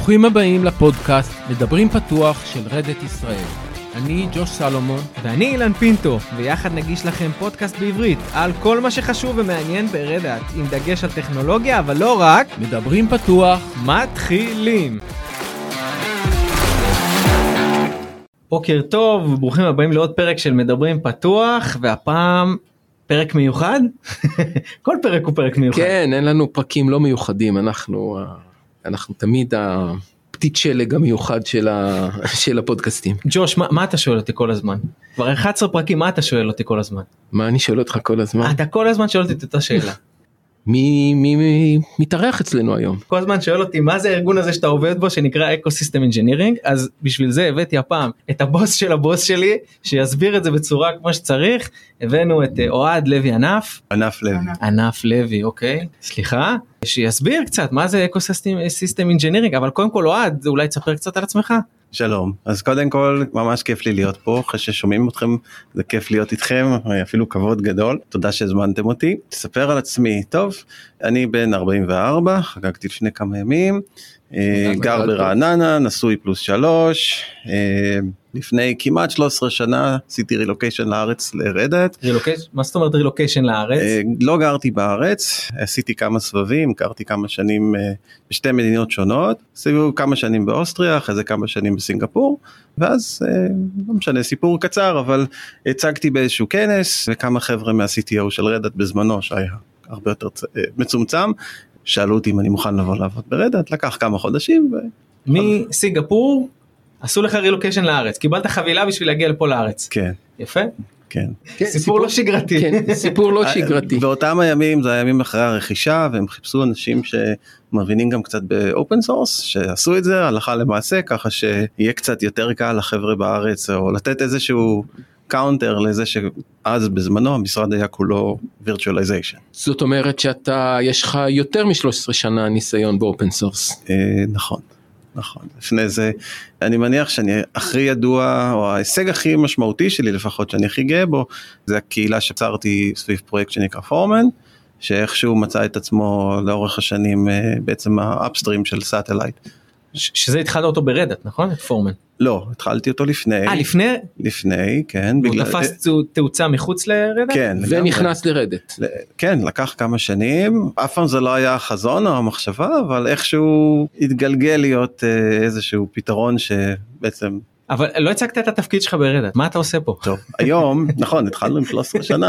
ברוכים הבאים לפודקאסט מדברים פתוח של רדט ישראל. אני ג'וש סלומון ואני אילן פינטו, ויחד נגיש לכם פודקאסט בעברית על כל מה שחשוב ומעניין ברדט, עם דגש על טכנולוגיה, אבל לא רק. מדברים פתוח, מתחילים. בוקר טוב וברוכים הבאים לעוד פרק של מדברים פתוח, והפעם פרק מיוחד. כל פרק הוא פרק מיוחד. כן, אין לנו פרקים לא מיוחדים, אנחנו תמיד הפתית שלג המיוחד של הפודקאסטים. ג'וש, מה אתה שואל אותי כל הזמן? כבר 11 פרקים, מה אתה שואל אותי כל הזמן? מה אני שואל אותך כל הזמן? אתה כל הזמן שואל אותי את אותה שאלה. מי מתארח אצלנו היום? כל הזמן שואל אותי מה זה הארגון הזה שאתה עובד בו שנקרא אקוסיסטם אינג'ינירינג, אז בשביל זה הבאתי הפעם את הבוס של הבוס שלי שיסביר את זה בצורה כמו שצריך. הבאנו את אוהד לוי ענף לוי, אוקיי, סליחה, שיסביר קצת מה זה אקוסיסטם אינג'ינירינג. אבל קודם כל אוהד, אולי תספר קצת על עצמך. שלום, אז קודם כל ממש כיף לי להיות פה, אחרי ששומעים אתכם זה כיף להיות איתכם, אפילו כבוד גדול, תודה שהזמנתם אותי. תספר על עצמי. טוב, אני בן 44, חגגתי לפני כמה ימים, גר ברעננה, נשוי +3, לפני כמעט 13 שנה עשיתי רילוקיישן לארץ לרדט. מה זאת אומרת רילוקיישן לארץ? לא גרתי בארץ, עשיתי כמה סבבים, גרתי כמה שנים בשתי מדינות שונות, עשיתי כמה שנים באוסטריה, אחרי זה כמה שנים בסינגפור, ואז לא משנה, סיפור קצר, אבל הצגתי באיזשהו כנס, וכמה חבר'ה מה-CTO של רדט בזמנו, שהיה הרבה יותר מצומצם, שאלו אותי אם אני מוכן לבוא לעבוד ברדט, לקח כמה חודשים. מסינגפור עשו לך רילוקיישן לארץ, קיבלת חבילה בשביל להגיע לפה לארץ. כן. יפה? כן. סיפור לא שגרתי. כן, סיפור לא שגרתי. באותם הימים, זה הימים אחרי הרכישה, והם חיפשו אנשים שמבינים גם קצת באופן סורס, שעשו את זה הלכה למעשה, ככה שיהיה קצת יותר קל לחבר'ה בארץ, או לתת איזשהו קאונטר לזה שאז בזמנו המשרד היה כולו וירטואליזיישן. זאת אומרת שאתה, יש לך יותר מ-13 שנה ניסיון באופן סורס. נכון. נכון, לפני זה אני מניח שאני הכי ידוע, או ההישג הכי משמעותי שלי לפחות, שאני הכי גאה בו, זה הקהילה שצרתי סביב פרויקט שנקרא פורמן, שאיכשהו מצא את עצמו לאורך השנים בעצם האפסטרים של סאטלייט. שזה התחלת אותו ברדט, נכון? את פורמן. לא, התחלתי אותו לפני. לפני? לפני, כן. הוא תפס תאוצה מחוץ לרדט? כן. ונכנס לרדט. כן, לקח כמה שנים, אף פעם זה לא היה החזון או המחשבה, אבל איכשהו התגלגל להיות איזשהו פתרון שבעצם... אבל לא הצגת את התפקיד שלך ברדט, מה אתה עושה פה? טוב, היום, נכון, התחלנו עם 13 שנה,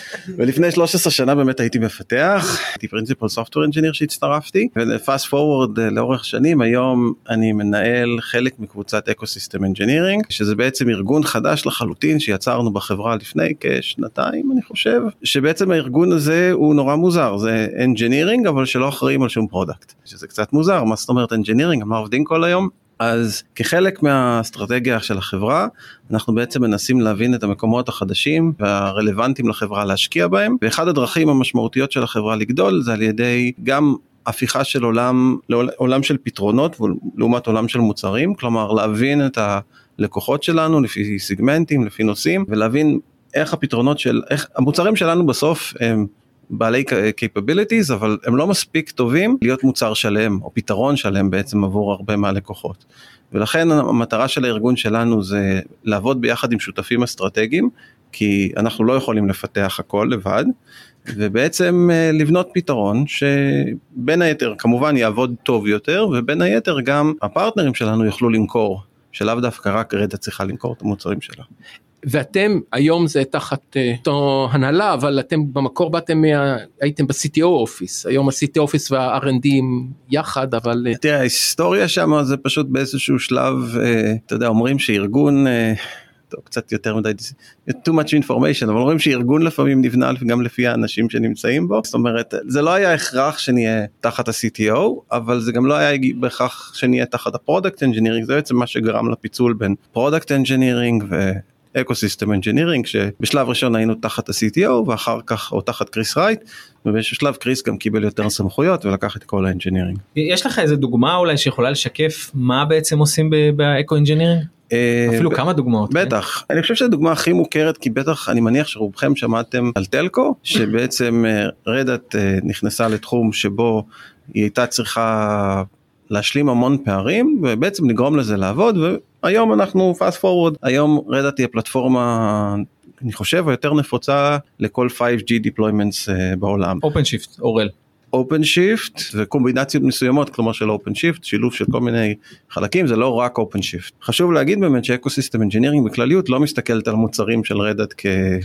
ולפני 13 שנה באמת הייתי מפתח, הייתי פרינציפל סופטוור אנג'יניר שהצטרפתי, ופאסט פורוורד לאורך שנים, היום אני מנהל חלק מקבוצת אקוסיסטם אנג'ינירינג, שזה בעצם ארגון חדש לחלוטין שיצרנו בחברה לפני כשנתיים, אני חושב, שבעצם הארגון הזה הוא נורא מוזר, זה אנג'ינירינג, אבל שלא אחראים על שום פרודקט, שזה קצת מוזר, מה זאת אומרת אנג'ינירינג, מה עובדים כל היום? אז כחלק מהאסטרטגיה של החברה, אנחנו בעצם מנסים להבין את המקומות החדשים והרלוונטיים לחברה להשקיע בהם, ואחד הדרכים המשמעותיות של החברה לגדול, זה על ידי גם הפיכה של עולם של פתרונות, לעומת עולם של מוצרים, כלומר להבין את הלקוחות שלנו לפי סיגמנטים, לפי נושאים, ולהבין איך המוצרים שלנו בסוף הם בעלי capabilities, אבל הם לא מספיק טובים להיות מוצר שלם, או פתרון שלם בעצם עבור הרבה מהלקוחות. ולכן המטרה של הארגון שלנו זה לעבוד ביחד עם שותפים אסטרטגיים, כי אנחנו לא יכולים לפתח הכל לבד, ובעצם לבנות פתרון שבין היתר כמובן יעבוד טוב יותר, ובין היתר גם הפרטנרים שלנו יוכלו למכור, שלאו דווקא רק רדט צריכה למכור את המוצרים שלה. ואתם, היום זה תחת אותו הנהלה, אבל אתם במקור הייתם ב-CTO אופיס, היום ה-CTO אופיס וה-R&D יחד, אבל... תראה, ההיסטוריה שם זה פשוט באיזשהו שלב, אתה יודע, אומרים שארגון, טוב, קצת יותר מדי, too much information, אבל אומרים שארגון לפעמים נבנה גם לפי האנשים שנמצאים בו, זאת אומרת, זה לא היה הכרח שנהיה תחת ה-CTO, אבל זה גם לא היה בהכרח שנהיה תחת ה-Product Engineering, זה בעצם מה שגרם לפיצול בין Product Engineering אקוסיסטם אנג'ינירינג, שבשלב ראשון היינו תחת ה-CTO, ואחר כך, או תחת קריס רייט, ובשלב קריס גם קיבל יותר סמכויות, ולקח את כל האנג'ינירינג. יש לך איזה דוגמה אולי שיכולה לשקף מה בעצם עושים באקו-אנג'ינירינג? אפילו כמה דוגמאות. בטח, אני חושב שהדוגמה הכי מוכרת, כי בטח אני מניח שרובכם שמעתם על טלקו, שבעצם רדט נכנסה לתחום שבו היא הייתה צריכה להשלים המון פערים, ובעצם לגרום לזה לעבוד, והיום אנחנו fast forward, היום Red Hat היא הפלטפורמה, אני חושב, היותר נפוצה לכל 5G deployments בעולם. OpenShift, אורל. OpenShift וקומבינציות מסוימות, כלומר של OpenShift, שילוב של כל מיני חלקים, זה לא רק OpenShift. חשוב להגיד באמת שאקוסיסטם אנג'ינירינג בכלליות לא מסתכלת על מוצרים של Red Hat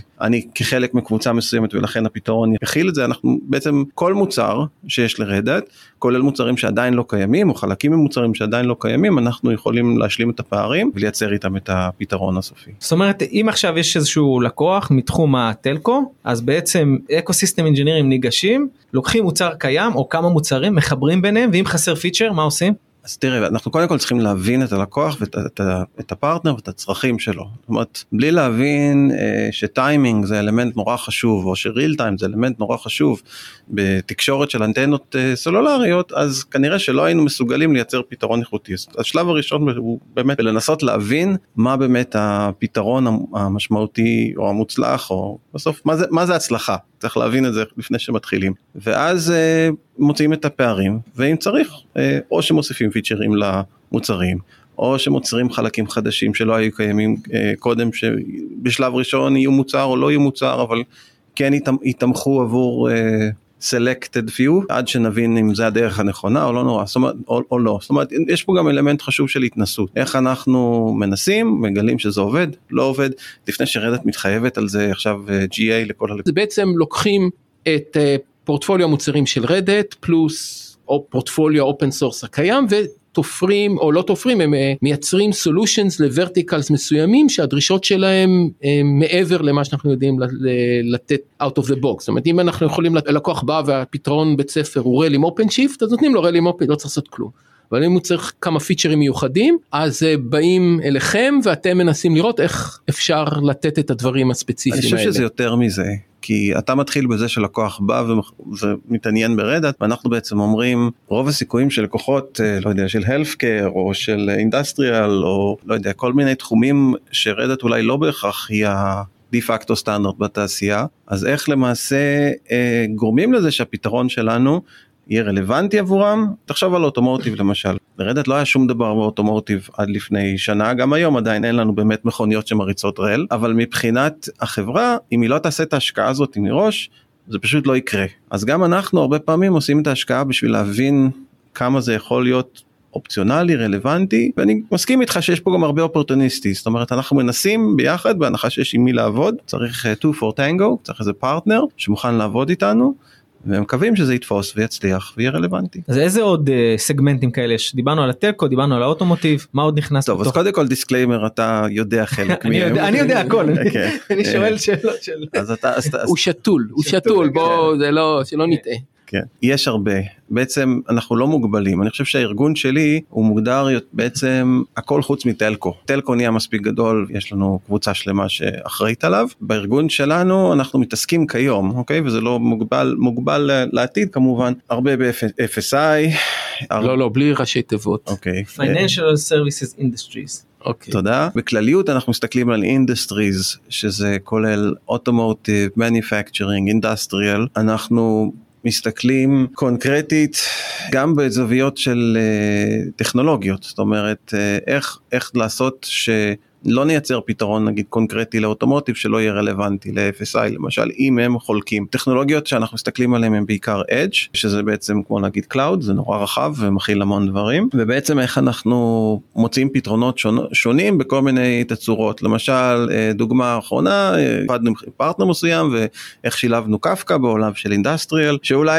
כחלק מקבוצה מסוימת, ולכן הפתרון יכיל את זה. אנחנו בעצם כל מוצר שיש ל-Red Hat, כולל מוצרים שעדיין לא קיימים, או חלקים ממוצרים שעדיין לא קיימים, אנחנו יכולים להשלים את הפערים ולייצר איתם את הפתרון הסופי. זאת אומרת, אם עכשיו יש איזשהו לקוח מתחום הטלקו, אז בעצם אקוסיסטם אנג'ינירים ניגשים, לוקחים מוצר קיים או כמה מוצרים, מחברים ביניהם, ואם חסר פיצ'ר, מה עושים? אז תראה, אנחנו קודם כל צריכים להבין את הלקוח ואת הפרטנר ואת הצרכים שלו. זאת אומרת, בלי להבין שטיימינג זה אלמנט נורא חשוב, או שריל טיים זה אלמנט נורא חשוב בתקשורת של אנטנות סלולריות, אז כנראה שלא היינו מסוגלים לייצר פתרון איכותי. השלב הראשון הוא באמת לנסות להבין מה באמת הפתרון המשמעותי או המוצלח, או בסוף מה זה הצלחה. צריך להבין את זה לפני שמתחילים. ואז מוצאים את הפערים, ואם צריך, או שמוסיפים פיצ'רים למוצרים, או שמוצרים חלקים חדשים שלא היו קיימים קודם, שבשלב ראשון יהיו מוצר או לא יהיו מוצר, אבל כן יתמכו עבור selected few, עד שנבין אם זה הדרך הנכונה או לא נורא, או לא. זאת אומרת, יש פה גם אלמנט חשוב של התנסות. איך אנחנו מנסים, מגלים שזה עובד, לא עובד, לפני שרדת מתחייבת על זה עכשיו GA לכל הלכות. זה בעצם לוקחים את פורטפוליו המוצרים של רדת, פלוס או פורטפוליו אופן סורס הקיים, ותופרים או לא תופרים, הם מייצרים solutions לוורטיקלס מסוימים, שהדרישות שלהם מעבר למה שאנחנו יודעים לתת out of the box. זאת אומרת, אם אנחנו יכולים, הלקוח בא והפתרון בית ספר הוא רל עם OpenShift, אז נותנים לו רל עם OpenShift, לא צריך לעשות כלום. אבל אם הוא צריך כמה פיצ'רים מיוחדים, אז באים אליכם, ואתם מנסים לראות איך אפשר לתת את הדברים הספציפיים האלה. אני חושב שזה יותר מזה, כי אתה מתחיל בזה שלקוח בא ומתעניין ברדת, ואנחנו בעצם אומרים, רוב הסיכויים של לקוחות, לא יודע, של healthcare, או של industrial, או לא יודע, כל מיני תחומים שרדת אולי לא בהכרח היא דה-פקטו סטנדרט בתעשייה, אז איך למעשה גורמים לזה שהפתרון שלנו יהיה רלוונטי עבורם? תחשוב על אוטומוטיב למשל. לרדת לא היה שום דבר באוטומוטיב עד לפני שנה, גם היום עדיין אין לנו באמת מכוניות שמריצות רל, אבל מבחינת החברה, אם היא לא תעשה את ההשקעה הזאת מראש, זה פשוט לא יקרה. אז גם אנחנו הרבה פעמים עושים את ההשקעה בשביל להבין כמה זה יכול להיות אופציונלי, רלוונטי, ואני מסכים איתך שיש פה גם הרבה אופורטוניסטי, זאת אומרת, אנחנו מנסים ביחד, בהנחה שיש עם מי לעבוד, צריך 2 for tango, צריך איזה פרטנר שמוכן לעבוד איתנו, והם מקווים שזה יתפוס ויצליח ויהיה רלוונטי. אז איזה עוד סגמנטים כאלה יש? דיברנו על הטלקו, דיברנו על האוטומוטיב, מה עוד נכנס? טוב, אז קודם כל דיסקליימר, אתה יודע חלק מהם. אני יודע הכל, אני שואל שאלות של... הוא שתול, בוא, זה לא, שלא נטעה. כן, יש הרבה, בעצם אנחנו לא מוגבלים, אני חושב שהארגון שלי הוא מוגדר בעצם הכל חוץ מטלקו, טלקו נהיה מספיק גדול, יש לנו קבוצה שלמה שאחראית עליו, בארגון שלנו אנחנו מתעסקים כיום, אוקיי, וזה לא מוגבל לעתיד כמובן, הרבה ב-FSI, לא, בלי ראשי תיבות, אוקיי. Financial Services Industries. תודה. בכלליות אנחנו מסתכלים על industries, שזה כולל automotive, manufacturing, industrial, אנחנו מסתכלים קונקרטית גם בזוויות של טכנולוגיות, זאת אומרת איך לעשות שלא נייצר פתרון נגיד קונקרטי לאוטומוטיב שלא יהיה רלוונטי ל-FSI למשל, אם הם חולקים. טכנולוגיות שאנחנו מסתכלים עליהם הם בעיקר Edge, שזה בעצם כמו נגיד Cloud, זה נורא רחב ומכיל המון דברים, ובעצם איך אנחנו מוצאים פתרונות שונים בכל מיני תצורות, למשל דוגמה האחרונה, פרטנר מסוים ואיך שילבנו קפקא בעולם של אינדסטריאל,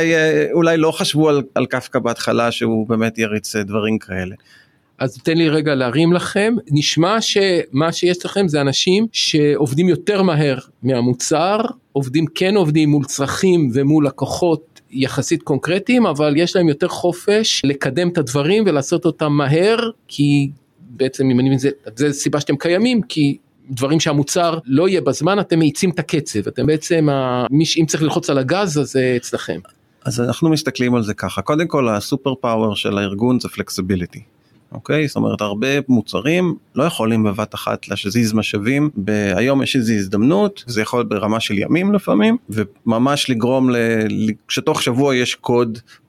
שאולי לא חשבו על קפקא בהתחלה שהוא באמת יריץ דברים כאלה. אז תן לי רגע להרים לכם, נשמע שמה שיש לכם זה אנשים שעובדים יותר מהר מהמוצר, עובדים מול צרכים ומול לקוחות יחסית קונקרטיים, אבל יש להם יותר חופש לקדם את הדברים ולעשות אותם מהר, כי בעצם אם אני מבין זה סיבה שאתם קיימים, כי דברים שהמוצר לא יהיה בזמן, אתם מאיצים את הקצב, אתם בעצם, אם צריך ללחוץ על הגז, אז זה אצלכם. אז אנחנו מסתכלים על זה ככה, קודם כל הסופר פאוור של הארגון זה flexibility. אוקיי? זאת אומרת, הרבה מוצרים לא יכולים בבת אחת להזיז משאבים, היום יש איזו הזדמנות, זה יכול להיות ברמה של ימים לפעמים, וממש לגרום שתוך שבוע יש קוד,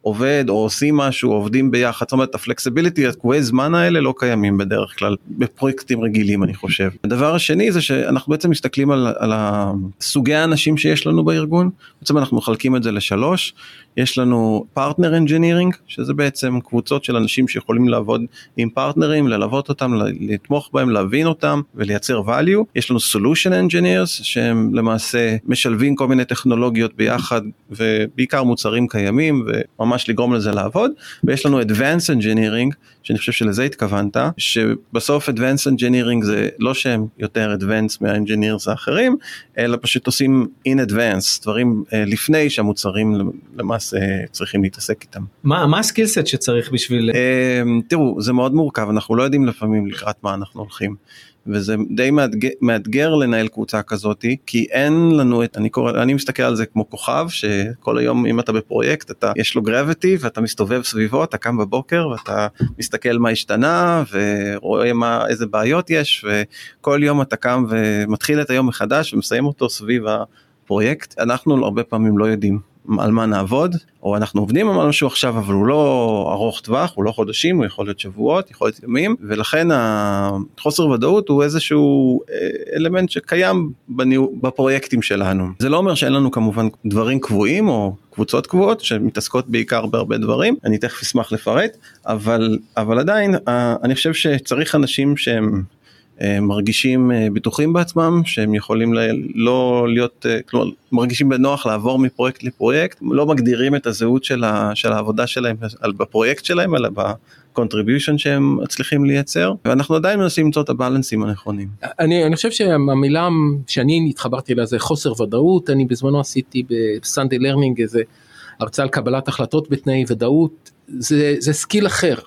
עובד או עושים משהו, עובדים ביחד, זאת אומרת, הפלקסיביליטי, הקבועי זמן האלה לא קיימים בדרך כלל, בפרויקטים רגילים אני חושב. הדבר השני זה שאנחנו בעצם מסתכלים על סוגי האנשים שיש לנו בארגון, בעצם אנחנו מחלקים את זה לשלוש, יש לנו פרטנר אנג'ינירינג, שזה בעצם קבוצות של אנשים שיכולים לעבוד עם פרטנרים, ללוות אותם, לתמוך בהם, להבין אותם ולייצר value. יש לנו solution engineers, שהם למעשה משלבים כל מיני טכנולוגיות ביחד, ובעיקר מוצרים קיימים, וממש לגרום לזה לעבוד. ויש לנו advanced engineering, שאני חושב שלזה התכוונת, שבסוף advanced engineering זה לא שהם יותר advanced מה-engineers האחרים, אלא פשוט עושים in advance, דברים לפני שהמוצרים למעשה צריכים להתעסק איתם. מה הסקילסט שצריך בשביל... תראו, זה מאוד מורכב, אנחנו לא יודעים לפעמים לקראת מה אנחנו הולכים. וזה די מאתגר לנהל קבוצה כזאת, כי אין לנו אני מסתכל על זה כמו כוכב, שכל היום אם אתה בפרויקט, יש לו גרביטי, ואתה מסתובב סביבו, אתה קם בבוקר, ואתה מסתכל מה השתנה, ורואה איזה בעיות יש, וכל יום אתה קם ומתחיל את היום מחדש, ומסיים אותו סביב הפרויקט. אנחנו הרבה פעמים לא יודעים על מה נעבוד, או אנחנו עובדים על משהו עכשיו, אבל הוא לא ארוך טווח, הוא לא חודשים, הוא יכול להיות שבועות, יכול להיות ימים, ולכן החוסר ודאות הוא איזשהו אלמנט שקיים בפרויקטים שלנו. זה לא אומר שאין לנו כמובן דברים קבועים, או קבוצות קבועות, שמתעסקות בעיקר בהרבה דברים, אני תכף אשמח לפרט, אבל עדיין, אני חושב שצריך אנשים שהם מרגישים בטוחים בעצמם, שהם יכולים לא להיות, כלומר, מרגישים בנוח לעבור מפרויקט לפרויקט, לא מגדירים את הזהות של העבודה שלהם בפרויקט שלהם, אלא בקונטריביושן שהם מצליחים לייצר, ואנחנו עדיין מנסים למצוא את הבלנסים הנכונים. אני חושב שהמילה שאני התחברתי לה זה חוסר ודאות, אני בזמנו עשיתי בסנדיי לרנינג איזה הרצאה על קבלת החלטות בתנאי ודאות, זה סקיל אחר,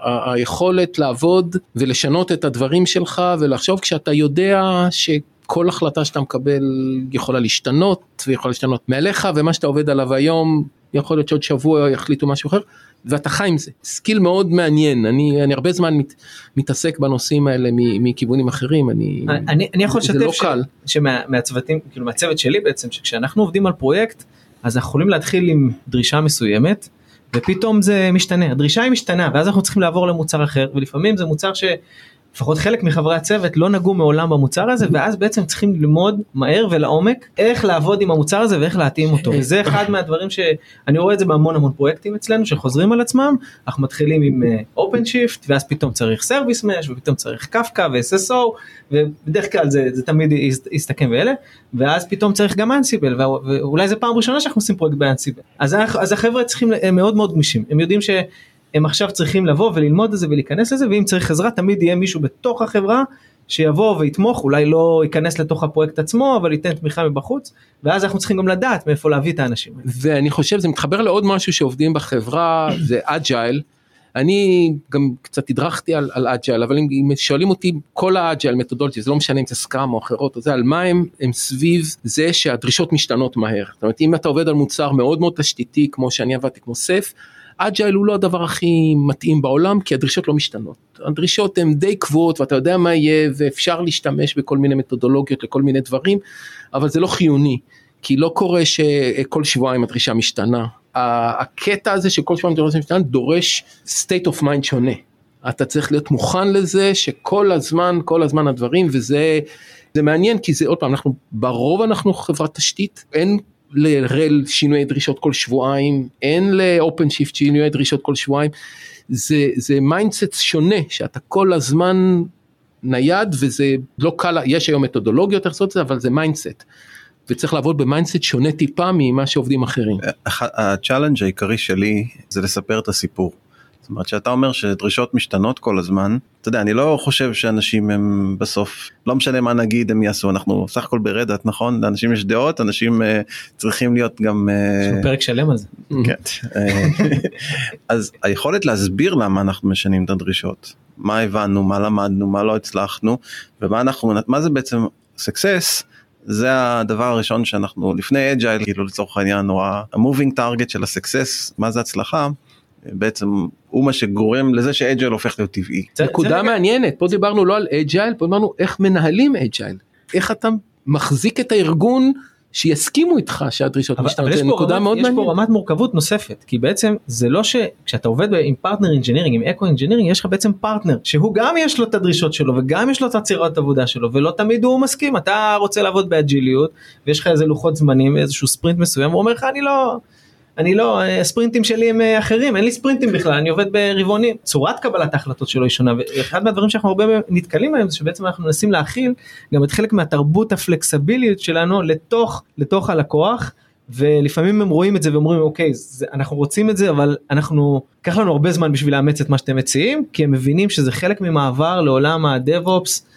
היכולת לעבוד ולשנות את הדברים שלך ולחשוב כשאתה יודע שכל החלטה שאתה מקבל יכולה להשתנות ויכולה להשתנות מעליך, ומה שאתה עובד עליו היום יכול להיות שעוד שבוע יחליטו משהו אחר, ואתה חי עם זה. סקיל מאוד מעניין, אני הרבה זמן מתעסק בנושאים האלה מכיוונים אחרים, אני יכול לשתף שמהצוותים, כאילו מהצוות שלי בעצם, שכשאנחנו עובדים על פרויקט, אז אנחנו יכולים להתחיל עם דרישה מסוימת, ופתאום זה משתנה, הדרישה היא משתנה, ואז אנחנו צריכים לעבור למוצר אחר, ולפעמים זה מוצר לפחות חלק מחברי הצוות לא נגעו מעולם במוצר הזה, ואז בעצם צריכים ללמוד מהר ולעומק איך לעבוד עם המוצר הזה ואיך להתאים אותו. וזה אחד מהדברים שאני רואה את זה בהמון פרויקטים אצלנו שחוזרים על עצמם. אנחנו מתחילים עם OpenShift, ואז פתאום צריך Service Mesh, ופתאום צריך Kafka ו-SSO, ובדרך כלל זה תמיד יסתכם ואלה, ואז פתאום צריך גם Ansible, ואולי זה פעם ראשונה שאנחנו עושים פרויקט ב-Ansible. אז החבר'ה צריכים, הם מאוד מאוד גמישים, הם יודעים הם עכשיו צריכים לבוא וללמוד את זה ולהיכנס לזה, ואם צריך עזרה, תמיד יהיה מישהו בתוך החברה, שיבוא ויתמוך, אולי לא ייכנס לתוך הפרויקט עצמו, אבל ייתן תמיכה מבחוץ, ואז אנחנו צריכים גם לדעת מאיפה להביא את האנשים. ואני חושב, זה מתחבר לעוד משהו שעובדים בחברה, זה אג'ייל. אני גם קצת הדרכתי על אג'ייל, אבל אם שואלים אותי, כל האג'ייל מתודולוגיה, זה לא משנה אם זה סקראם או אחרות, או זה, על מה הם סביב זה שהדרישות משתנות מהר. זאת אומרת, אם אתה עובד על מוצר מאוד מאוד תשתיתי, כמו שאני עבדתי, כמו סף, אג'ייל הוא לא הדבר הכי מתאים בעולם, כי הדרישות לא משתנות. הדרישות הן די קבועות, ואתה יודע מה יהיה, ואפשר להשתמש בכל מיני מתודולוגיות לכל מיני דברים, אבל זה לא חיוני, כי לא קורה שכל שבועיים הדרישה משתנה. הקטע הזה שכל שבועיים הדרישה משתנה, דורש state of mind שונה. אתה צריך להיות מוכן לזה, שכל הזמן הדברים, וזה מעניין, כי זה עוד פעם, ברוב אנחנו חברת תשתית, אין לרל שינוי דרישות כל שבועיים, אין ל-OpenShift שינוי דרישות כל שבועיים, זה מיינדסט שונה, שאתה כל הזמן נייד, וזה לא קל, יש היום מתודולוגיות איך לעשות את זה, אבל זה מיינדסט, וצריך לעבוד במיינדסט שונה טיפה ממה שעובדים אחרים. הצ'אלנג' העיקרי שלי, זה לספר את הסיפור. זאת אומרת, שאתה אומר שדרישות משתנות כל הזמן, אתה יודע, אני לא חושב שאנשים הם בסוף, לא משנה מה נגיד הם יעשו, אנחנו סך הכל ברדאט, נכון? לאנשים יש דעות, אנשים צריכים להיות גם... יש לנו פרק שלם על זה. כן. אז היכולת להסביר למה אנחנו משנים את הדרישות, מה הבנו, מה למדנו, מה לא הצלחנו, מה זה בעצם success, זה הדבר הראשון שאנחנו, לפני agile, כאילו לצורך העניין, או ה-moving target של ה-success, מה זה הצלחה, בעצם הוא מה שגורם לזה שאג'ייל הופך להיות טבעי. נקודה מעניינת, פה דיברנו לא על אג'ייל, פה דיברנו איך מנהלים אג'ייל, איך אתה מחזיק את הארגון שיסכימו איתך שהדרישות משתנות, זה נקודה מאוד מעניינת. יש פה רמת מורכבות נוספת, כי בעצם זה לא שכשאתה עובד עם פרטנר אינג'ינירינג, עם אקו אינג'ינירינג, יש לך בעצם פרטנר, שהוא גם יש לו את הדרישות שלו, וגם יש לו את הצירת עבודה שלו, ולא תמיד הוא מסכים, אתה רוצה לעבוד באג'יליות, ויש לך איזה לוחות זמנים, איזשהו ספרינט מסוים, הוא אומר לך, אני לא, הספרינטים שלי הם אחרים, אין לי ספרינטים בכלל, אני עובד ברבעונים. צורת קבלת ההחלטות שלו היא שונה, ואחד מהדברים שאנחנו הרבה נתקלים בהם, זה שבעצם אנחנו מנסים להכיל גם את חלק מהתרבות הפלקסביליות שלנו לתוך הלקוח, ולפעמים הם רואים את זה ואומרים, אוקיי, אנחנו רוצים את זה, אבל קח לנו הרבה זמן בשביל לאמץ את מה שאתם מציעים, כי הם מבינים שזה חלק ממעבר לעולם הדב-אופס,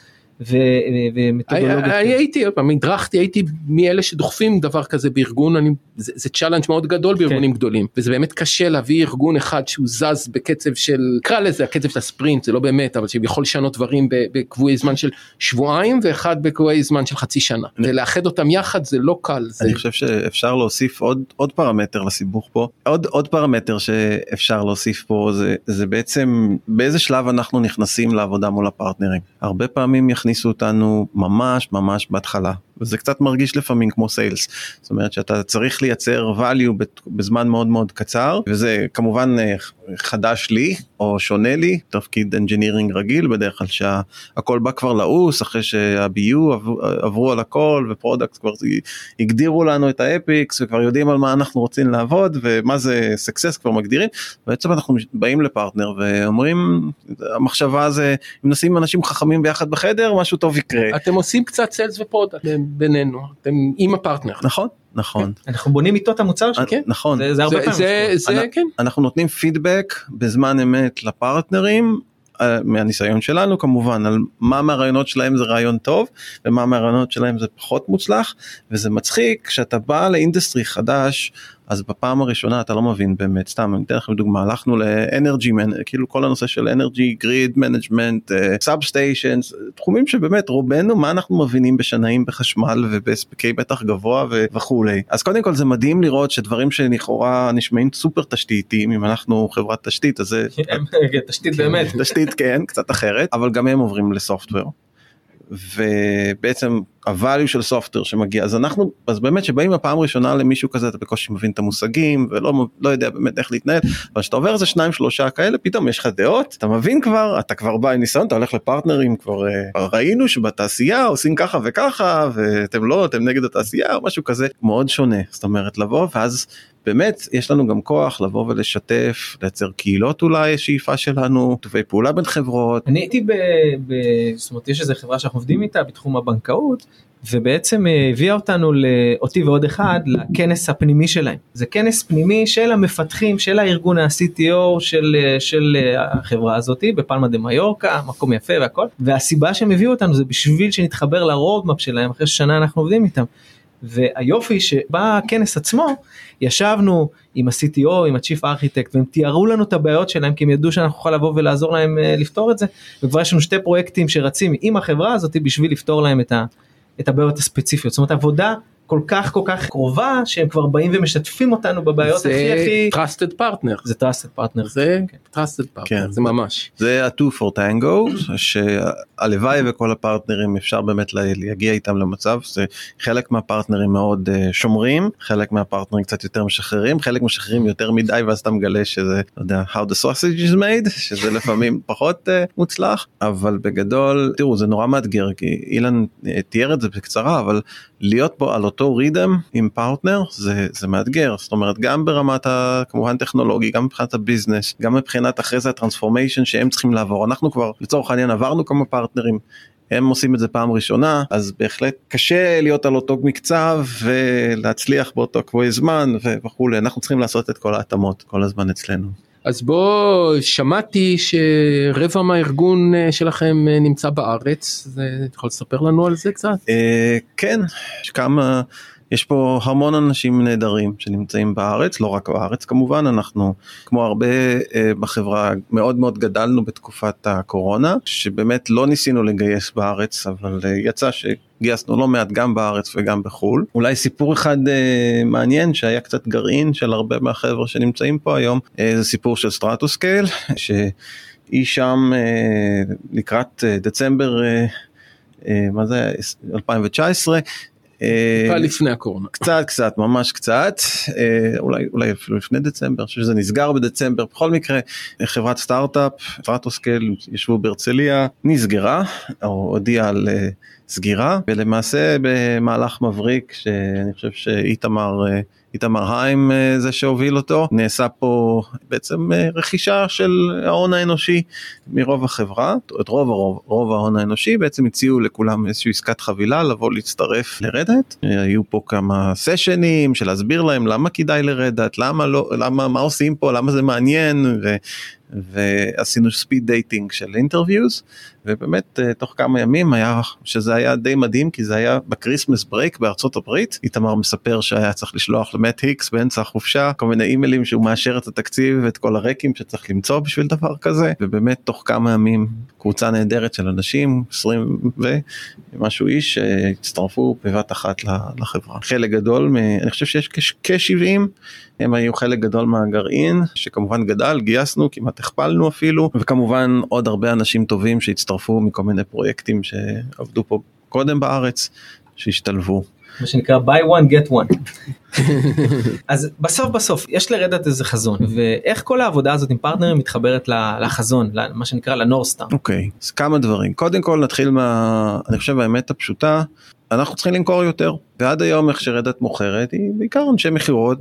הייתי מאלה שדוחפים דבר כזה בארגון, זה צ'אלנג' מאוד גדול בארגונים גדולים, וזה באמת קשה להביא ארגון אחד שהוא זז בקצב של, קרא לזה הקצב של הספרינט, זה לא באמת, אבל שיכול לשנות דברים בקבועי זמן של שבועיים, ואחד בקבועי זמן של חצי שנה, ולאחד אותם יחד זה לא קל. אני חושב שאפשר להוסיף עוד פרמטר לסיבוך פה, עוד פרמטר שאפשר להוסיף פה, זה בעצם באיזה שלב אנחנו נכנסים לעבודה מול הפרטנרים. הרבה פעמים הכניסו אותנו ממש בהתחלה, וזה קצת מרגיש לפעמים כמו סיילס, זאת אומרת שאתה צריך לייצר value בזמן מאוד קצר, וזה כמובן חדש לי, או שונה לי, תפקיד engineering רגיל, בדרך כלל שהכל בא כבר לעוס, אחרי שה-BU עברו על הכל, ופרודקט כבר הגדירו לנו את האפיקס, וכבר יודעים על מה אנחנו רוצים לעבוד, ומה זה success כבר מגדירים, בעצם אנחנו באים לפרטנר, ואומרים, המחשבה זה, אם נשים אנשים חכמים ביחד בחדר, משהו טוב יקרה. אתם עושים קצת סיילס ופרודקט בינינו, אתם עם הפרטנר. נכון. אנחנו בונים איתו את המוצר שלנו. נכון. זה הרבה פעמים. אנחנו נותנים פידבק בזמן אמת לפרטנרים, מהניסיון שלנו כמובן, על מה מהרעיונות שלהם זה רעיון טוב, ומה מהרעיונות שלהם זה פחות מוצלח, וזה מצחיק, כשאתה בא לאינדסטרי חדש, אז בפעם הראשונה אתה לא מבין באמת, סתם, אני אתן לכם דוגמה, הלכנו לאנרגי, כאילו כל הנושא של אנרגי, גריד, מנג'מנט, סאבסטיישנס, תחומים שבאמת רובנו, מה אנחנו מבינים בשנאים בחשמל ובספקי בטח גבוה וכולי. אז קודם כל זה מדהים לראות שדברים שלכאורה נשמעים סופר תשתיתיים, אם אנחנו חברת תשתית, אז זה... תשתית באמת. תשתית כן, קצת אחרת, אבל גם הם עוברים לסופטוור. ובעצם הvalue של סופטוור שמגיע, אז באמת שבאים הפעם ראשונה למישהו כזה, אתה בקושי מבין את המושגים, ולא יודע באמת איך להתנהל, אבל שאתה עובר איזה 2-3 כאלה, פתאום יש לך דעות, אתה מבין כבר, אתה כבר בא עם ניסיון, אתה הולך לפרטנרים, כבר ראינו שבתעשייה עושים ככה וככה, ואתם לא, אתם נגד התעשייה, או משהו כזה, מאוד שונה, זאת אומרת לבוא, ואז באמת יש לנו גם כוח לבוא ולשתף, לייצר קהילות אולי, שאיפה שלנו, טובי פעולה בין חברות. אני הייתי זאת אומרת, יש איזו חברה שאנחנו עובדים איתה בתחום הבנקאות, ובעצם הביאה אותנו אותי ועוד אחד לכנס הפנימי שלהם. זה כנס פנימי של המפתחים, של הארגון ה-CTO של החברה הזאת, בפלמה דה מיורקה, מקום יפה והכל, והסיבה שהם הביאו אותנו זה בשביל שנתחבר לרודמאפ שלהם, אחרי שנה אנחנו עובדים איתם. והיופי שבכנס עצמו, ישבנו עם ה-CTO, עם ה-Chief Architect, והם תיארו לנו את הבעיות שלהם, כי הם ידעו שאנחנו נוכל לבוא ולעזור להם לפתור את זה, וכבר יש לנו 2 פרויקטים שרצים עם החברה הזאת, בשביל לפתור להם את הבעיות הספציפיות, זאת אומרת, עבודה כל כך קרובה, שהם כבר באים ומשתפים אותנו בבעיות הכי... זה trusted partner. זה trusted partner. זה trusted partner, זה ממש. זה ה-2 for tango, שהלוואי וכל הפרטנרים אפשר באמת להגיע איתם למצב, זה חלק מהפרטנרים מאוד שומרים, חלק מהפרטנרים קצת יותר משחררים, חלק משחררים יותר מדי, ואז אתה מגלה שזה, לא יודע, how the sausage is made, שזה לפעמים פחות מוצלח, אבל בגדול, תראו, זה נורא מאתגר, כי אילן תיאר את זה בקצרה, אבל להיות פה על אותו רידם עם פרטנר, זה מאתגר, זאת אומרת, גם ברמת כמובן טכנולוגי, גם מבחינת הביזנס, גם מבחינת אחרי זה הטרנספורמיישן שהם צריכים לעבור, אנחנו כבר לצורך העניין עברנו כמה פרטנרים, הם עושים את זה פעם ראשונה, אז בהחלט קשה להיות על אותו מקצב, ולהצליח באותו קבועי זמן וכו', אנחנו צריכים לעשות את כל ההתאמות, כל הזמן אצלנו. אז שמעתי שרבע מהארגון שלכם נמצא בארץ, אתה יכול לספר לנו על זה קצת? כן, יש פה המון אנשים נהדרים שנמצאים בארץ, לא רק בארץ כמובן, אנחנו כמו הרבה בחברה מאוד גדלנו בתקופת הקורונה, שבאמת לא ניסינו לגייס בארץ, אבל יצא גייסנו לא מעט גם בארץ וגם בחול. אולי סיפור אחד מעניין שהיה קצת גרעין של הרבה מהחבר'ה שנמצאים פה היום, זה סיפור של סטרטוסקייל, שהיא שם לקראת דצמבר, מה זה, 2019, טיפה לפני הקורונה. קצת, ממש קצת, אולי אפילו לפני דצמבר, שזה נסגר בדצמבר, בכל מקרה, חברת סטארט-אפ, סטרטוסקייל, ישבו בהרצליה, נסגרה, או הודיעה על סגירה, ולמעשה במהלך מבריק, שאני חושב איתמר היים זה שהוביל אותו, נעשה פה בעצם רכישה של ההון האנושי מרוב החברה, את רוב ההון האנושי, בעצם הציעו לכולם איזושהי עסקת חבילה, לבוא להצטרף לרדאט, היו פה כמה סשנים של להסביר להם למה כדאי לרדאט, מה עושים פה, למה זה מעניין, ועשינו ספיד דייטינג של אינטרוויוז, ובאמת תוך כמה ימים שזה היה די מדהים, כי זה היה בקריסמס ברייק בארצות הברית, איתמר מספר שהיה צריך לשלוח למט היקס באמצע החופשה, כל מיני אימיילים שהוא מאשר את התקציב ואת כל הרקים שצריך למצוא בשביל דבר כזה, ובאמת תוך כמה ימים קבוצה נהדרת של אנשים, 20 ומשהו איש, הצטרפו בבת אחת לחברה. חלק גדול, אני חושב שיש כ-70, הם היו חלק גדול מהגרעין, שכמובן גדל, גייסנו, כמעט הכפלנו אפילו, וכמובן עוד הרבה אנשים טובים שהצטרפו מכל מיני פרויקטים שעבדו פה קודם בארץ, שהשתלבו. מה שנקרא buy one get one. אז בסוף יש לרדאט איזה חזון, ואיך כל העבודה הזאת עם פרטנרים מתחברת לחזון, מה שנקרא לנורסטאר. אוקיי, אז כמה דברים. קודם כל נתחיל אני חושב האמת הפשוטה, אנחנו צריכים למכור יותר, ועד היום איך שרדאט מוכרת, היא בעיקר אנשי מחירות,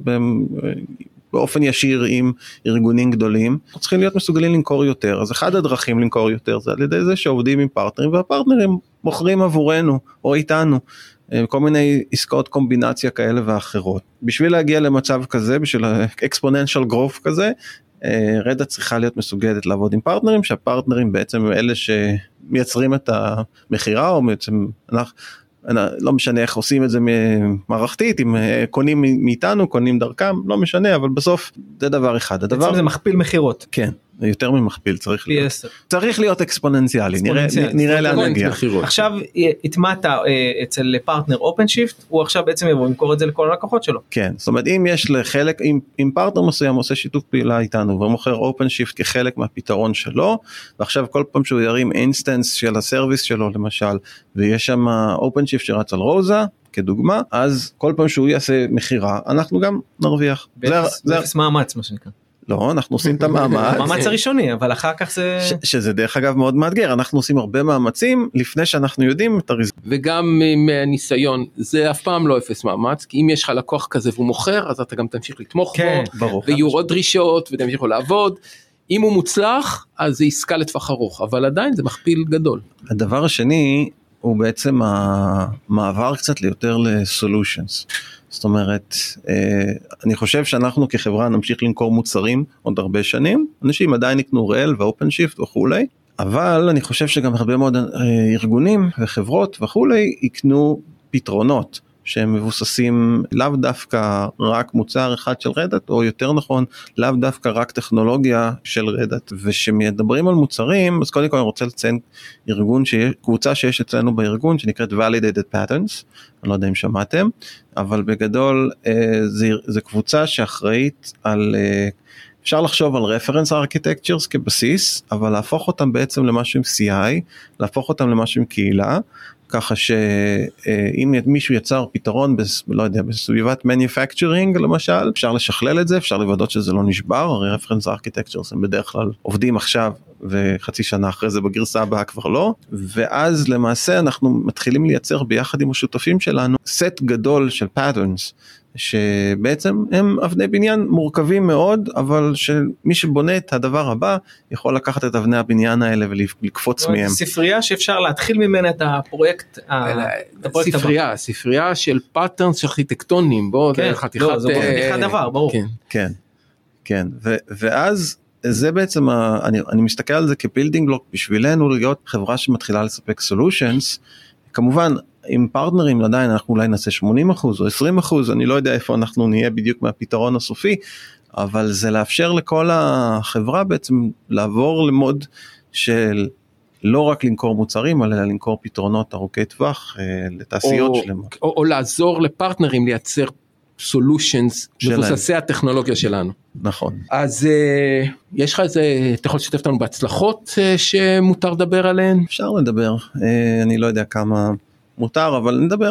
באופן ישיר עם ארגונים גדולים, אנחנו צריכים להיות מסוגלים למכור יותר, אז אחד הדרכים למכור יותר, זה על ידי זה שעובדים עם פרטנרים, והפרטנרים מוכרים עבורנו, או איתנו, כל מיני עסקאות קומבינציה כאלה ואחרות. בשביל להגיע למצב כזה, בשביל ה-exponential growth כזה, רדאט צריכה להיות מסוגלת לעבוד עם פרטנרים, שהפרטנרים בעצם הם אלה שמייצרים את המחירה, או בעצם לא משנה איך עושים את זה מערכתית, אם קונים מאיתנו, קונים דרכם, לא משנה, אבל בסוף זה דבר אחד. בעצם זה מכפיל מחירות. כן, יותר ממכפיל, צריך להיות אקספוננציאלי, נראה לאן נגיע. עכשיו התמעת אצל פרטנר אופנשיפט, הוא עכשיו בעצם יבוא למכור את זה לכל הלקוחות שלו. כן, זאת אומרת אם יש לחלק, אם פרטנר מסוים עושה שיתוף פעולה איתנו, ומוכר אופנשיפט כחלק מהפתרון שלו, ועכשיו כל פעם שהוא ירים אינסטנס של הסרוויס שלו למשל, ויש שם אופנשיפט שרץ על רוזה, כדוגמה, אז כל פעם שהוא יעשה מחירה, אנחנו גם נרוויח. באפס מאמץ מה שנקרא. לא, אנחנו עושים את המאמץ הראשוני, אבל אחר כך זה... שזה דרך אגב מאוד מאתגר, אנחנו עושים הרבה מאמצים, לפני שאנחנו יודעים את הריז... וגם מהניסיון, זה אף פעם לא אפס מאמץ, כי אם יש לך לקוח כזה והוא מוכר, אז אתה גם תמשיך לתמוך בו, ויהיו עוד דרישות, ותמשיכו לעבוד, אם הוא מוצלח, אז זה עסקה לטווח ארוך, אבל עדיין זה מכפיל גדול. הדבר השני, הוא בעצם המעבר קצת ליותר לסולושנס, זאת אומרת, אני חושב שאנחנו כחברה נמשיך למכור מוצרים עוד הרבה שנים, אנשים עדיין יקנו רל ואופנשיפט וכולי, אבל אני חושב שגם הרבה מאוד ארגונים וחברות וכולי יקנו פתרונות, שהם מבוססים לאו דווקא רק מוצר אחד של רדאט, או יותר נכון, לאו דווקא רק טכנולוגיה של רדאט, ושמדברים על מוצרים, אז קודם כל אני רוצה לציין קבוצה שיש אצלנו בארגון, שנקראת Validated Patterns, אני לא יודע אם שמעתם, אבל בגדול זה קבוצה שאחראית על... אפשר לחשוב על reference architectures כבסיס, אבל להפוך אותם בעצם למשהו עם CI, להפוך אותם למשהו עם קהילה, ככה שאם מישהו יצר פתרון, לא יודע, בסביבת manufacturing למשל, אפשר לשכלל את זה, אפשר לוודאות שזה לא נשבר, הרי reference architectures הם בדרך כלל עובדים עכשיו, וחצי שנה אחרי זה בגרסה הבאה כבר לא, ואז למעשה אנחנו מתחילים לייצר ביחד עם השותפים שלנו, סט גדול של patterns, שבעצם הם אבני בניין מורכבים מאוד, אבל שמי שבונה את הדבר הבא, יכול לקחת את אבני הבניין האלה ולקפוץ מהם. ספרייה שאפשר להתחיל ממנה את הפרויקט ספרייה של פאטרנס ארכיטקטוניים, בוא, זה חתיכת דבר, ברור. כן, ואז זה בעצם, אני מסתכל על זה כבילדינג בלוק, בשבילנו להיות חברה שמתחילה לספק סולושנס, כמובן, עם פרטנרים עדיין אנחנו אולי נעשה 80% או 20%, אני לא יודע איפה אנחנו נהיה בדיוק מהפתרון הסופי, אבל זה לאפשר לכל החברה בעצם לעבור למוד של לא רק למכור מוצרים, אלא למכור פתרונות ארוכי טווח לתעשיות שלמות. או לעזור לפרטנרים לייצר סולושנס מבוססי הטכנולוגיה שלנו. נכון. אז יש לך איזה, אתה יכול לשתף אותנו בהצלחות שמותר לדבר עליהן? אפשר לדבר, אני לא יודע כמה מותר, אבל נדבר.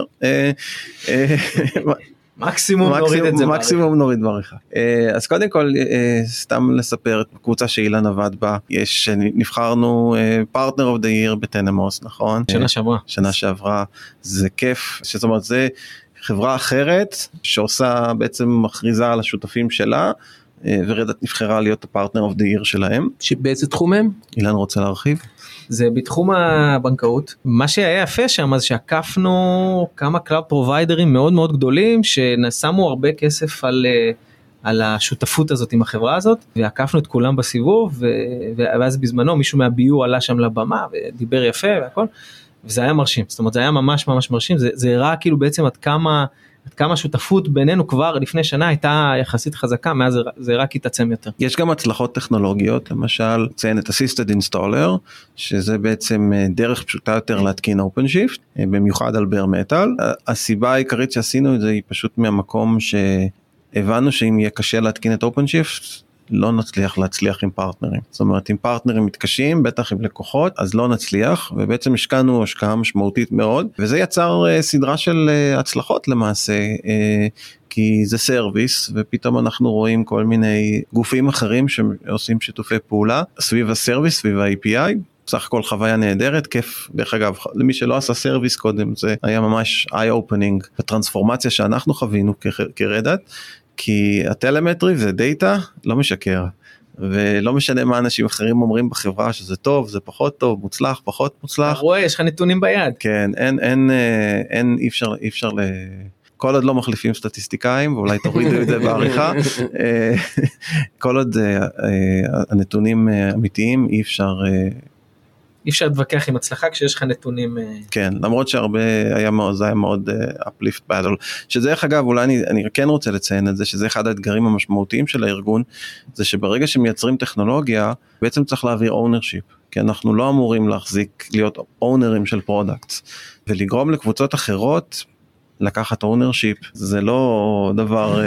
מקסימום נוריד את זה. מקסימום נוריד בעריכה. אז קודם כל, סתם לספר, קבוצה שאילן עבד בה, נבחרנו פרטנר אוף דה ייר בטנמוס, נכון? שנה שעברה. זה כיף, זאת אומרת, זה חברה אחרת, שעושה, בעצם מכריזה על השותפים שלה, ורדת נבחרה להיות הפרטנר אוף דה ייר שלהם. באיזה תחום הם? אילן רוצה להרחיב? זה בתחום הבנקאות. מה שהיה יפה שם, אז שהקפנו כמה קלאוד פרוביידרים מאוד מאוד גדולים, ששמו הרבה כסף על השותפות הזאת עם החברה הזאת, והקפנו את כולם בסיבוב, ואז בזמנו מישהו מהביו עלה שם לבמה, ודיבר יפה והכל, וזה היה מרשים. זאת אומרת, זה היה ממש ממש מרשים, זה הראה כאילו בעצם עד כמה שותפות בינינו כבר לפני שנה הייתה יחסית חזקה, מאז זה רק יתעצם יותר. יש גם הצלחות טכנולוגיות, למשל ציין את Assisted Installer, שזה בעצם דרך פשוטה יותר להתקין OpenShift, במיוחד על bare metal. הסיבה העיקרית שעשינו את זה היא פשוט מהמקום שהבנו שאם יהיה קשה להתקין את OpenShift, לא נצליח להצליח עם פרטנרים. זאת אומרת, אם פרטנרים מתקשים, בטח עם לקוחות, אז לא נצליח, ובעצם השקענו השקעה משמעותית מאוד, וזה יצר סדרה של הצלחות למעשה, כי זה סרוויס, ופתאום אנחנו רואים כל מיני גופים אחרים שעושים שיתופי פעולה, סביב הסרוויס, סביב ה-API, בסך הכל חוויה נהדרת, כיף, דרך אגב, למי שלא עשה סרוויס קודם, זה היה ממש eye-opening, הטרנספורמציה שאנחנו חווינו כרדת, כי הטלמטרי זה דאטה, לא משקר, ולא משנה מה אנשים אחרים אומרים בחברה, שזה טוב, זה פחות טוב, מוצלח, פחות מוצלח. אתה רואה, יש לך נתונים ביד. כן, אי אפשר כל עוד לא מחליפים סטטיסטיקאים, ואולי תורידו את זה בעריכה, כל עוד הנתונים אמיתיים, אי אפשר להתווכח עם הצלחה כשיש לך נתונים. כן, למרות שהרבה זה היה מאוד uplift battle, שדרך אגב, אולי אני כן רוצה לציין את זה, שזה אחד האתגרים המשמעותיים של הארגון, זה שברגע שמייצרים טכנולוגיה, בעצם צריך להעביר ownership, כי אנחנו לא אמורים להיות owners של products, ולגרום לקבוצות אחרות, לקחת ownership, זה לא דבר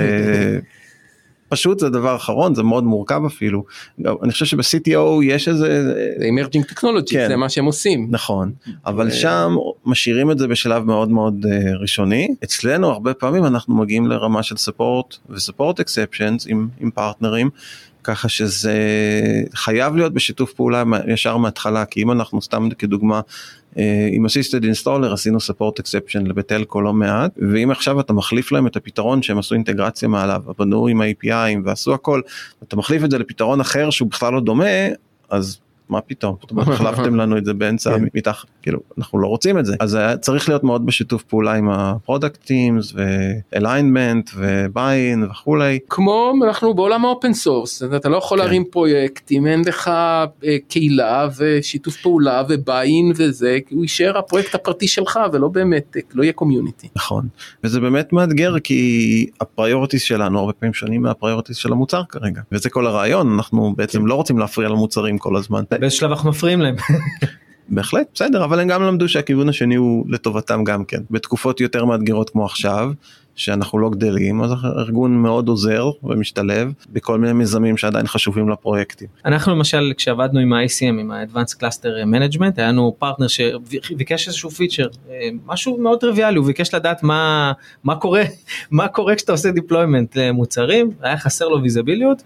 פשוט, זה דבר אחרון, זה מאוד מורכב אפילו. אני חושב שב-CTO יש איזה emerging technology, כן. זה מה שהם עושים. נכון, אבל שם משאירים את זה בשלב מאוד מאוד ראשוני. אצלנו הרבה פעמים אנחנו מגיעים לרמה של support ו-support exceptions עם פרטנרים, ככה שזה חייב להיות בשיתוף פעולה ישר מההתחלה, כי אם אנחנו סתם כדוגמה, עם Assisted Installer עשינו support exception לבטלקו לא מעט, ואם עכשיו אתה מחליף להם את הפתרון שהם עשו אינטגרציה מעליו, בנו עם ה-API ועשו הכל, אתה מחליף את זה לפתרון אחר שהוא בכלל לא דומה, אז מה פתאום? זאת אומרת, החלפתם לנו את זה באמצע מתחת, כאילו, אנחנו לא רוצים את זה. אז צריך להיות מאוד בשיתוף פעולה עם ה-product teams, ו-alignment, ו-buy-in וכולי. כמו אנחנו בעולם האופן סורס, אתה לא יכול להרים פרויקט, אם אין לך קהילה, ושיתוף פעולה, ו-buy-in וזה, הוא יישאר הפרויקט הפרטי שלך, ולא באמת, לא יהיה קומיוניטי. נכון. וזה באמת מאתגר, כי הפריוריטיז שלנו, הרבה פעמים שונים מהפריוריטיז של המוצר כרגע. וזה כל הרעיון, אנחנו בעצם לא רוצים להפריע למוצרים כל הזמן. באיזה שלב אנחנו מפריעים להם. בהחלט, בסדר, אבל הם גם למדו שהכיוון השני הוא לטובתם גם כן. בתקופות יותר מאתגרות כמו עכשיו, שאנחנו לא גדלים, אז הארגון מאוד עוזר ומשתלב בכל מיני מיזמים שעדיין חשובים לפרויקטים. אנחנו למשל, כשעבדנו עם ה-ICM, עם ה-Advanced Cluster Management, היה לנו פרטנר שביקש איזשהו פיצ'ר, משהו מאוד טריוויאלי, הוא ביקש לדעת מה קורה כשאתה עושה deployment למוצרים, היה חסר לו ויזביליות,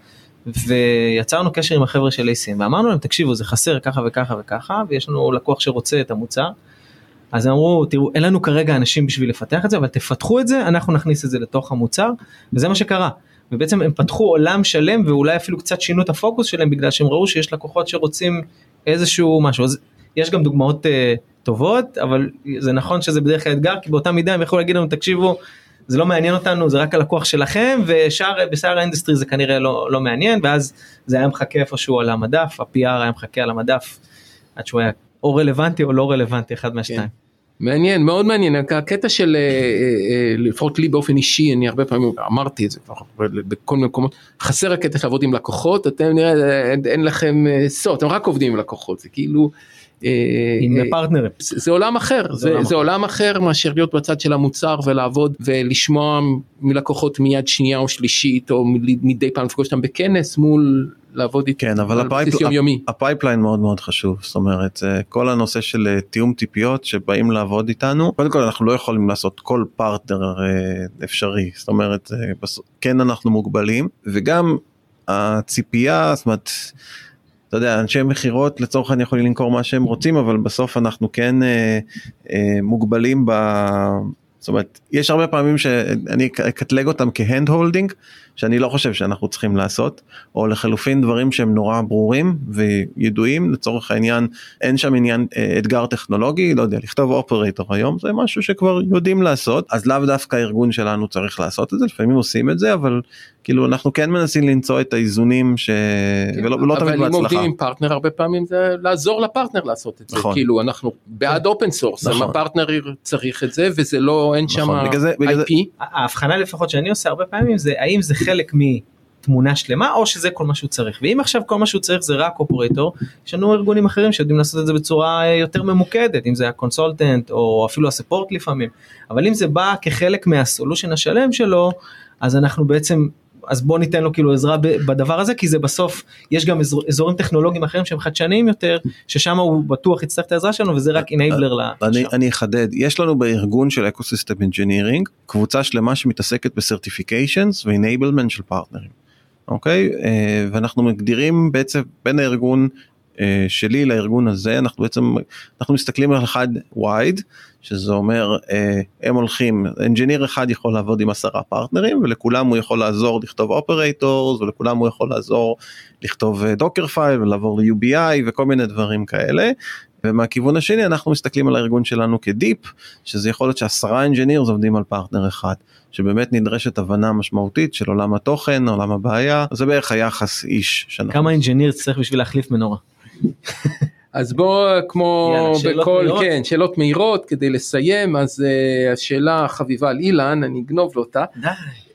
ויצרנו קשר עם החבר'ה של ACM, ואמרנו להם, תקשיבו, זה חסר ככה וככה וככה, ויש לנו לקוח שרוצה את המוצר, אז אמרו, תראו, אין לנו כרגע אנשים בשביל לפתח את זה, אבל תפתחו את זה, אנחנו נכניס את זה לתוך המוצר, וזה מה שקרה. ובעצם הם פתחו עולם שלם, ואולי אפילו קצת שינו את הפוקוס שלהם, בגלל שהם ראו שיש לקוחות שרוצים איזשהו משהו. אז יש גם דוגמאות טובות, אבל זה נכון שזה בדרך כלל אתגר, כי באותה מידה הם יכולו להגיד לנו, תקשיבו, זה לא מעניין אותנו, זה רק הלקוח שלכם, ובשאר האינדסטרי זה כנראה לא מעניין, ואז זה היה מחכה איפשהו על המדף, ה-PR היה מחכה על המדף, עד שהוא היה או רלוונטי או לא רלוונטי, אחד מהשתיים. מעניין, מאוד מעניין, הקטע של, לפחות לי באופן אישי, אני הרבה פעמים אמרתי את זה, בכל מיני מקומות, חסר הקטע לעבוד עם לקוחות, אתם נראה, אין לכם סוד, אתם רק עובדים עם לקוחות, זה כאילו, עם פרטנרים. זה עולם אחר, זה עולם אחר מאשר להיות בצד של המוצר ולעבוד ולשמוע מלקוחות מיד שנייה או שלישית או מדי פעם לפגוש אותם בכנס מול לעבוד איתי. כן, אבל הפייפליין מאוד מאוד חשוב, זאת אומרת, כל הנושא של תיאום טיפיות שבאים לעבוד איתנו, קודם כל אנחנו לא יכולים לעשות כל פרטנר אפשרי, זאת אומרת, כן אנחנו מוגבלים, וגם הציפייה, זאת אומרת, אתה יודע, אנשי מחירות לצורך אני יכולים למכור מה שהם רוצים, אבל בסוף אנחנו כן מוגבלים זאת אומרת, יש הרבה פעמים שאני אקטלג אותם כהנד הולדינג, שאני לא חושב שאנחנו צריכים לעשות, או לחלופין דברים שהם נורא ברורים וידועים, לצורך העניין, אין שם עניין אתגר טכנולוגי, לא יודע, לכתוב אופרטור היום, זה משהו שכבר יודעים לעשות, אז לאו דווקא הארגון שלנו צריך לעשות את זה, לפעמים עושים את זה, אבל כאילו אנחנו כן מנסים למצוא את האיזונים ולא תמיד בהצלחה. אבל אם עובדים עם פרטנר, הרבה פעמים זה לעזור לפרטנר לעשות את זה, כאילו אנחנו בעד אופן סורס, הפרטנר צריך את זה, וזה לא, אין שם IP. ההבחנה לפחות שאני עושה הרבה פעמים זה, האם זה חלק מתמונה שלמה, או שזה כל מה שהוא צריך, ואם עכשיו כל מה שהוא צריך זה רק אופרטור, יש לנו ארגונים אחרים שיודעים לעשות את זה בצורה יותר ממוקדת, אם זה הקונסולטנט, או אפילו הספורט לפעמים, אבל אם זה בא כחלק מהסולושן השלם שלו, אז אנחנו בעצם, אז בוא ניתן לו כאילו עזרה בדבר הזה, כי זה בסוף, יש גם אזורים טכנולוגיים אחרים שהם חדשניים יותר, ששם הוא בטוח יצטרך את העזרה שלנו, וזה רק אינבלר אני אחדד, יש לנו בארגון של אקוסיסטם אנג'ינירינג, קבוצה שלמה שמתעסקת בסרטיפיקיישנס ואינבלמנט של פרטנרים, אוקיי? ואנחנו מגדירים בעצם בין הארגון שלי לארגון הזה, אנחנו מסתכלים על אחד wide, שזה אומר, הם הולכים, אנג'יניר אחד יכול לעבוד עם 10 פרטנרים, ולכולם הוא יכול לעזור לכתוב אופרטורס, ולכולם הוא יכול לעזור לכתוב דוקר פייל, ולעבור ל-UBI, וכל מיני דברים כאלה, ומהכיוון השני אנחנו מסתכלים על הארגון שלנו כדיפ, שזה יכול להיות ש10 אנג'ינירס עובדים על פרטנר אחד, שבאמת נדרשת הבנה משמעותית של עולם התוכן, עולם הבעיה, זה בערך היחס איש. כמה אנג'ינירס צריך בשביל להחליף מנורה? אז בוא, כמו בכל, כן, שאלות מהירות כדי לסיים, אז השאלה חביבה על אילן, אני אגנוב לו אותה. די.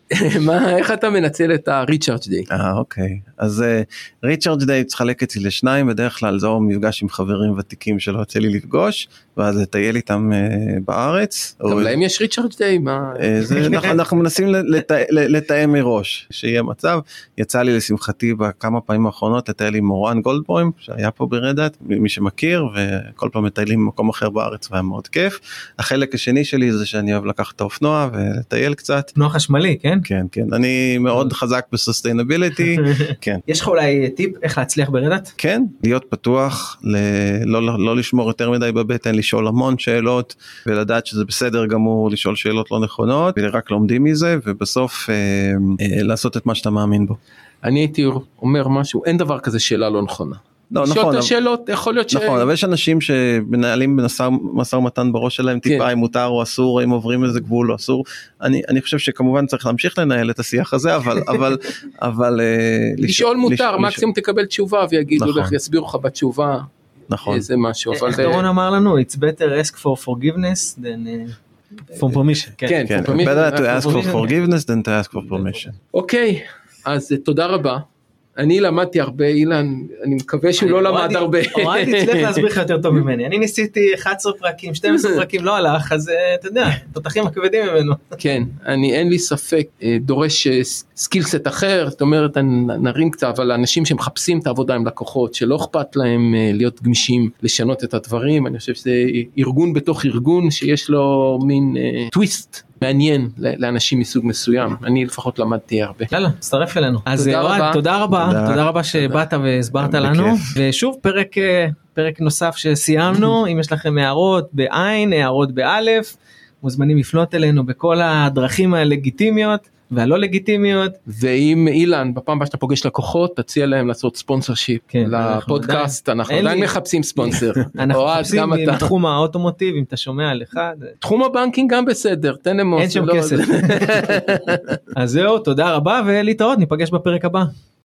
איך אתה מנצל את ה-Recharge Day? אוקיי, אז Recharge Day צריך אצלי לשניים, בדרך כלל זו מפגש עם חברים ותיקים שלא יוצא לי לפגוש, ואז לטייל איתם בארץ. גם להם יש Recharge Day? אנחנו מנסים לתאם מראש, שיהיה מצב. יצא לי לשמחתי בכמה פעמים האחרונות לטייל עם מורן גולדבוים, שהיה פה ברדת, מי שמכיר, וכל פעם מטיילים במקום אחר בארץ, והיה מאוד כיף. החלק השני שלי זה שאני אוהב לקחת את האופנוע ולטייל קצת. אופנוע חשמלי, כן? כן, כן. אני מאוד חזק בסוסטיינביליטי. כן. יש לך אולי טיפ איך להצליח ברדת? כן, להיות פתוח, לא לשמור יותר מדי בבטן, לשאול המון שאלות, ולדעת שזה בסדר גמור לשאול שאלות לא נכונות, ורק לומדים מזה, ובסוף לעשות את מה שאתה מאמין בו. אני הייתי אומר משהו, אין דבר כזה שאלה לא נכונה. לא, נכון. לשאול את השאלות, יכול להיות נכון, אבל יש אנשים שמנהלים במשא ומתן בראש שלהם טיפה, אם מותר או אסור, אם עוברים איזה גבול או אסור. אני חושב שכמובן צריך להמשיך לנהל את השיח הזה, אבל לשאול מותר, מקסימום תקבל תשובה ויגידו לך, יסבירו לך בתשובה איזה משהו. איך דורון אמר לנו, it's better ask for forgiveness than for permission. כן, better to ask for forgiveness than to ask for permission. אוקיי, אז תודה רבה. אני למדתי הרבה, אילן, אני מקווה שהוא לא למד הרבה. אוהדי תצליח להסביר לך יותר טוב ממני. אני ניסיתי 11 פרקים, 12 פרקים, לא הלך, אז אתה יודע, תותחים הכבדים ממנו. כן, אין לי ספק, דורש סקילסט אחר, זאת אומרת, נרים קצת, אבל האנשים שמחפשים את העבודה עם לקוחות, שלא אכפת להם להיות גמישים, לשנות את הדברים, אני חושב שזה ארגון בתוך ארגון, שיש לו מין טוויסט, מעניין לאנשים מסוג מסוים, אני לפחות למדתי הרבה. יאללה, תצטרף אלינו. אז תודה רבה שבאת והסברת לנו, ושוב פרק נוסף שסיימנו, אם יש לכם הערות בעין, הערות באלף, מוזמנים לפנות אלינו בכל הדרכים הלגיטימיות, והלא לגיטימיות. ואם אילן, בפעם הבאה שאתה פוגש לקוחות, תציע להם לעשות ספונסרשיפ לפודקאסט, אנחנו עדיין מחפשים ספונסר. אנחנו מחפשים בתחום האוטומוטיב, אם אתה שומע על אחד. תחום הבנקינג גם בסדר, תן להם אין שם כסף. אז זהו, תודה רבה ולהתראות, ניפגש בפרק הבא.